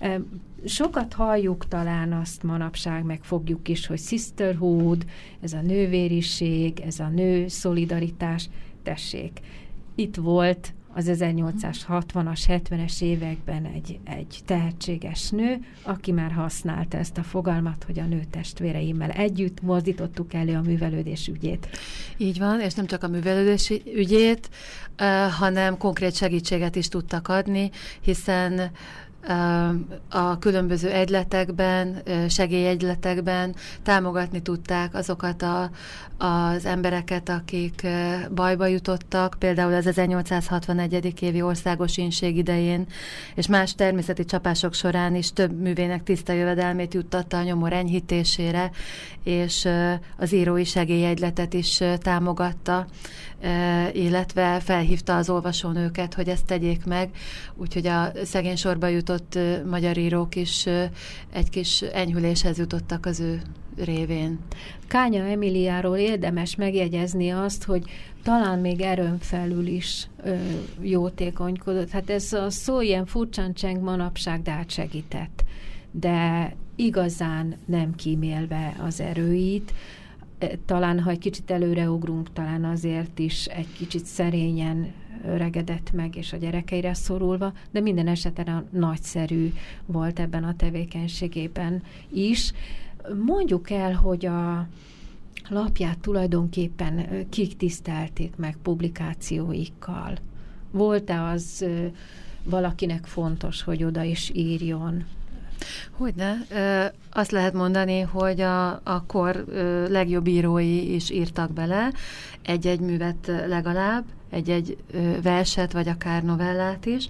Sokat halljuk talán azt manapság, meg fogjuk is, hogy sisterhood, ez a nővériség, ez a nő szolidaritás, tessék. Itt volt az ezernyolcszázhatvanas, hetvenes években egy, egy tehetséges nő, aki már használta ezt a fogalmat, hogy a nőtestvéreimmel együtt mozdítottuk elő a művelődés ügyét. Így van, és nem csak a művelődés ügyét, uh, hanem konkrét segítséget is tudtak adni, hiszen a különböző egyletekben, segélyegyletekben támogatni tudták azokat a, az embereket, akik bajba jutottak, például az ezernyolcszázhatvanegyedik évi országos ínség idején, és más természeti csapások során is több művének tiszta jövedelmét juttatta a nyomor enyhítésére, és az írói segélyegyletet is támogatta, illetve felhívta az olvasónőket, hogy ezt tegyék meg, úgyhogy a szegény sorba jutott magyar írók is egy kis enyhüléshez jutottak az ő révén. Kánya Emiliáról érdemes megjegyezni azt, hogy talán még erőn felül is ö, jótékonykodott. Hát ez a szó ilyen furcsán cseng manapság, de hát segített. De igazán nem kímélve az erőit, talán, ha egy kicsit előreugrunk, talán azért is egy kicsit szerényen öregedett meg, és a gyerekeire szorulva, de minden esetben a nagyszerű volt ebben a tevékenységében is. Mondjuk el, hogy a lapját tulajdonképpen kik tisztelték meg publikációikkal. Volt-e az valakinek fontos, hogy oda is írjon? Hogyne. Azt lehet mondani, hogy a, a kor legjobb írói is írtak bele, egy-egy művet legalább, egy-egy verset, vagy akár novellát is.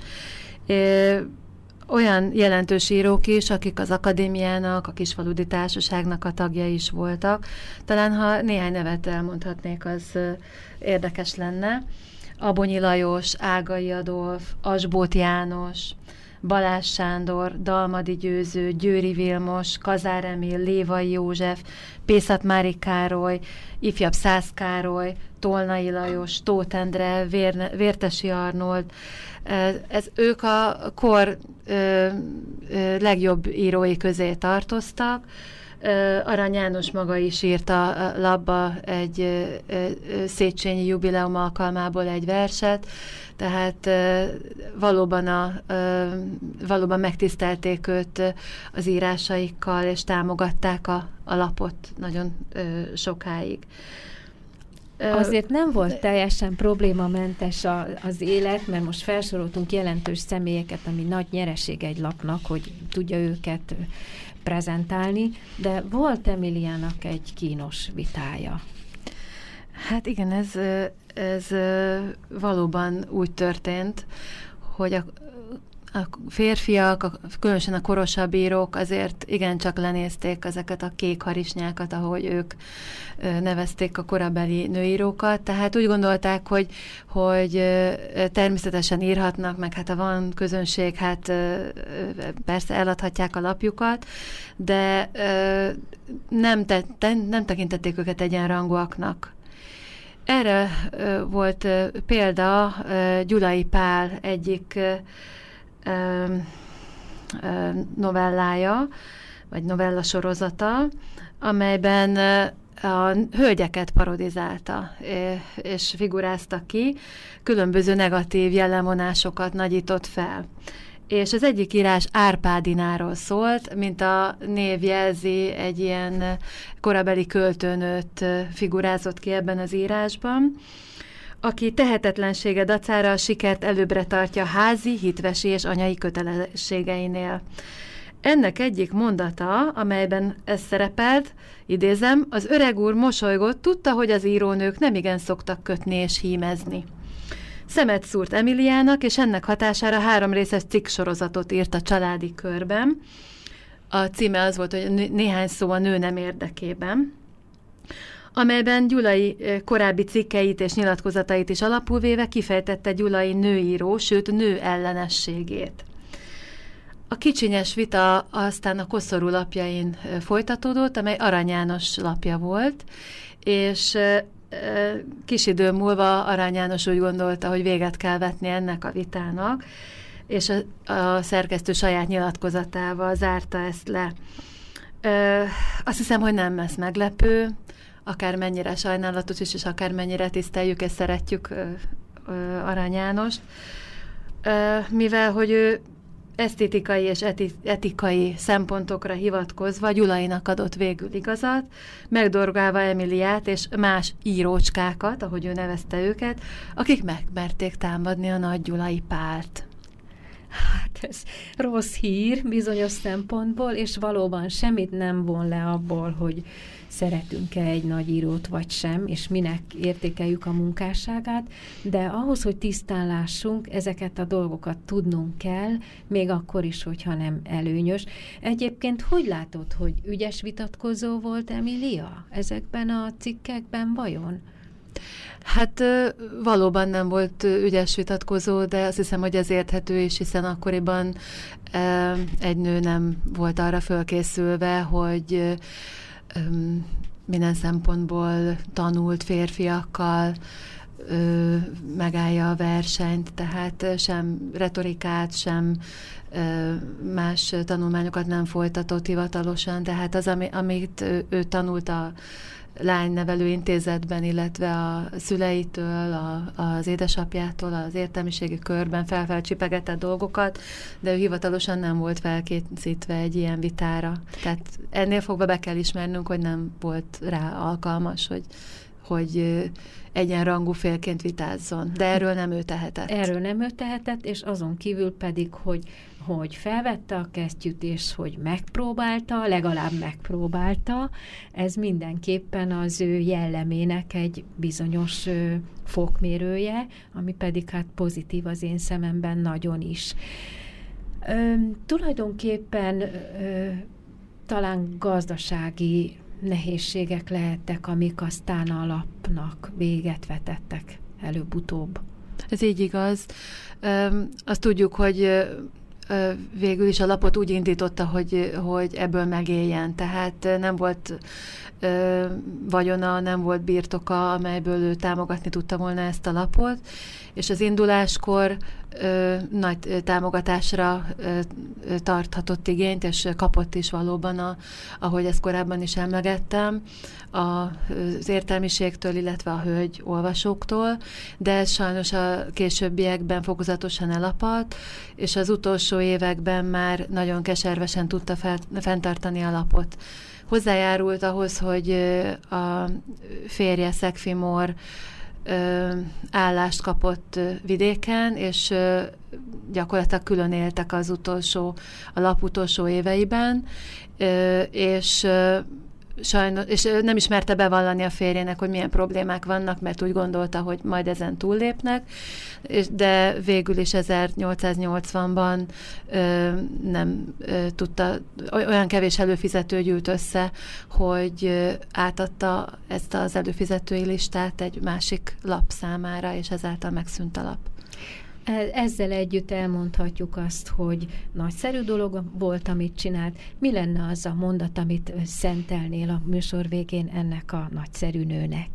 Olyan jelentős írók is, akik az akadémiának, a Kisfaludy Társaságnak a tagjai is voltak. Talán, ha néhány nevet elmondhatnék, az érdekes lenne. Abonyi Lajos, Ágai Adolf, Asbóth János, Balázs Sándor, Dalmadi Győző, Győri Vilmos, Kazár Emil, Lévai József, Pészat-Mári Károly, ifjabb Szász Károly, Tolnai Lajos, Tóth Endre, Vérne, Vértesi Arnold. Ez, ők a kor ö, ö, legjobb írói közé tartoztak. Arany János maga is írt a labba egy ö, ö, Széchenyi jubileum alkalmából egy verset, tehát ö, valóban, a, ö, valóban megtisztelték őt az írásaikkal, és támogatták a, a lapot nagyon ö, sokáig. Azért nem volt teljesen problémamentes a, az élet, mert most felsoroltunk jelentős személyeket, ami nagy nyereség egy lapnak, hogy tudja őket prezentálni, de volt Emiliának egy kínos vitája. Hát igen, ez, ez valóban úgy történt, hogy a, a férfiak, a, különösen a korosabb írók azért igencsak lenézték ezeket a kék harisnyákat, ahogy ők nevezték a korabeli nőírókat, tehát úgy gondolták, hogy, hogy természetesen írhatnak, meg hát ha van közönség, hát persze eladhatják a lapjukat, de nem, te, nem tekintették őket egyenrangúaknak. Erre volt példa Gyulai Pál egyik novellája, vagy novella sorozata, amelyben a hölgyeket parodizálta, és figurázta ki, különböző negatív jellemvonásokat nagyított fel. És az egyik írás Árpádináról szólt, mint a név jelzi, egy ilyen korabeli költőnőt figurázott ki ebben az írásban, aki tehetetlensége dacára a sikert előbbre tartja házi, hitvesi és anyai kötelességeinél. Ennek egyik mondata, amelyben ez szerepelt, idézem, az öreg úr mosolygott, tudta, hogy az írónők nemigen szoktak kötni és hímezni. Szemet szúrt Emiliának, és ennek hatására három részes cikksorozatot írt a családi körben. A címe az volt, hogy néhány szó a nő nem érdekében, amelyben Gyulai korábbi cikkeit és nyilatkozatait is alapul véve kifejtette Gyulai nőíró, sőt nő ellenességét. A kicsinyes vita aztán a Koszorú lapjain folytatódott, amely Arany János lapja volt, és kis idő múlva Arany János úgy gondolta, hogy véget kell vetni ennek a vitának, és a, a szerkesztő saját nyilatkozatával zárta ezt le. Ö, azt hiszem, hogy nem lesz meglepő, akármennyire sajnálatos is, és akármennyire tiszteljük és szeretjük ö, ö, Arany Jánost, ö, mivel hogy ő esztétikai és eti, etikai szempontokra hivatkozva Gyulainak adott végül igazat, megdorgálva Emiliát és más írócskákat, ahogy ő nevezte őket, akik megmerték támadni a nagy Gyulai Pált. Hát ez rossz hír bizonyos szempontból, és valóban semmit nem von le abból, hogy szeretünk-e egy nagy írót vagy sem, és minek értékeljük a munkásságát, de ahhoz, hogy tisztán lássunk, ezeket a dolgokat tudnunk kell, még akkor is, hogyha nem előnyös. Egyébként hogy látod, hogy ügyes vitatkozó volt Emilia ezekben a cikkekben vajon? Hát valóban nem volt ügyes vitatkozó, de azt hiszem, hogy ez érthető is, hiszen akkoriban egy nő nem volt arra fölkészülve, hogy minden szempontból tanult férfiakkal megállja a versenyt, tehát sem retorikát, sem más tanulmányokat nem folytatott hivatalosan, tehát az, amit ő, ő tanult a lánynevelő intézetben, illetve a szüleitől, a, az édesapjától, az értelmiségi körben felfelcsipegetett dolgokat, de ő hivatalosan nem volt felkészítve egy ilyen vitára. Tehát ennél fogva be kell ismernünk, hogy nem volt rá alkalmas, hogy, hogy egyenrangú félként vitázzon. De erről nem ő tehetett. Erről nem ő tehetett, és azon kívül pedig, hogy hogy felvette a kesztyűt, és hogy megpróbálta, legalább megpróbálta, ez mindenképpen az ő jellemének egy bizonyos ö, fokmérője, ami pedig hát pozitív az én szememben nagyon is. Ö, tulajdonképpen ö, talán gazdasági nehézségek lehettek, amik aztán a lapnak véget vetettek előbb-utóbb. Ez így igaz. Ö, azt tudjuk, hogy végül is a lapot úgy indította, hogy, hogy ebből megéljen. Tehát nem volt ö, vagyona, nem volt birtoka, amelyből ő támogatni tudta volna ezt a lapot, és az induláskor ö, nagy támogatásra ö, tarthatott igényt, és kapott is valóban, a, ahogy ezt korábban is emlegettem, az értelmiségtől, illetve a hölgy olvasóktól, de ez sajnos a későbbiekben fokozatosan elapadt, és az utolsó években már nagyon keservesen tudta fel, fenntartani a lapot. Hozzájárult ahhoz, hogy a férje, Szegfi Mór állást kapott vidéken, és gyakorlatilag külön éltek az utolsó, a lap utolsó éveiben, és sajnos, és nem is merte bevallani a férjének, hogy milyen problémák vannak, mert úgy gondolta, hogy majd ezen túllépnek, de végül is ezernyolcszáznyolcvanban ö, nem ö, tudta, olyan kevés előfizető gyűlt össze, hogy ö, átadta ezt az előfizetői listát egy másik lap számára, és ezáltal megszűnt a lap. Ezzel együtt elmondhatjuk azt, hogy nagyszerű dolog volt, amit csinált. Mi lenne az a mondat, amit szentelnél a műsor végén ennek a nagyszerű nőnek?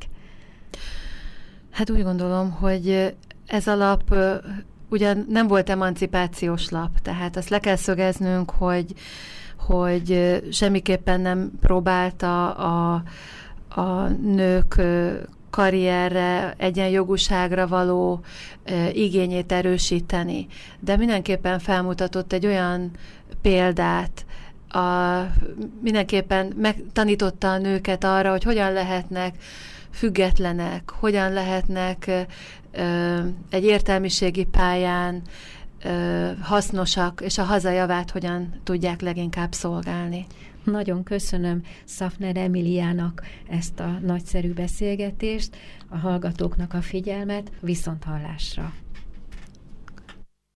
Hát úgy gondolom, hogy ez a lap ugyan nem volt emancipációs lap, tehát azt le kell szögeznünk, hogy, hogy semmiképpen nem próbálta a, a nők karrierre, egyenjogúságra való e, igényét erősíteni. De mindenképpen felmutatott egy olyan példát, a, mindenképpen megtanította a nőket arra, hogy hogyan lehetnek függetlenek, hogyan lehetnek e, egy értelmiségi pályán e, hasznosak, és a hazajavát hogyan tudják leginkább szolgálni. Nagyon köszönöm Szaffner Emiliának ezt a nagyszerű beszélgetést, a hallgatóknak a figyelmet, viszonthallásra.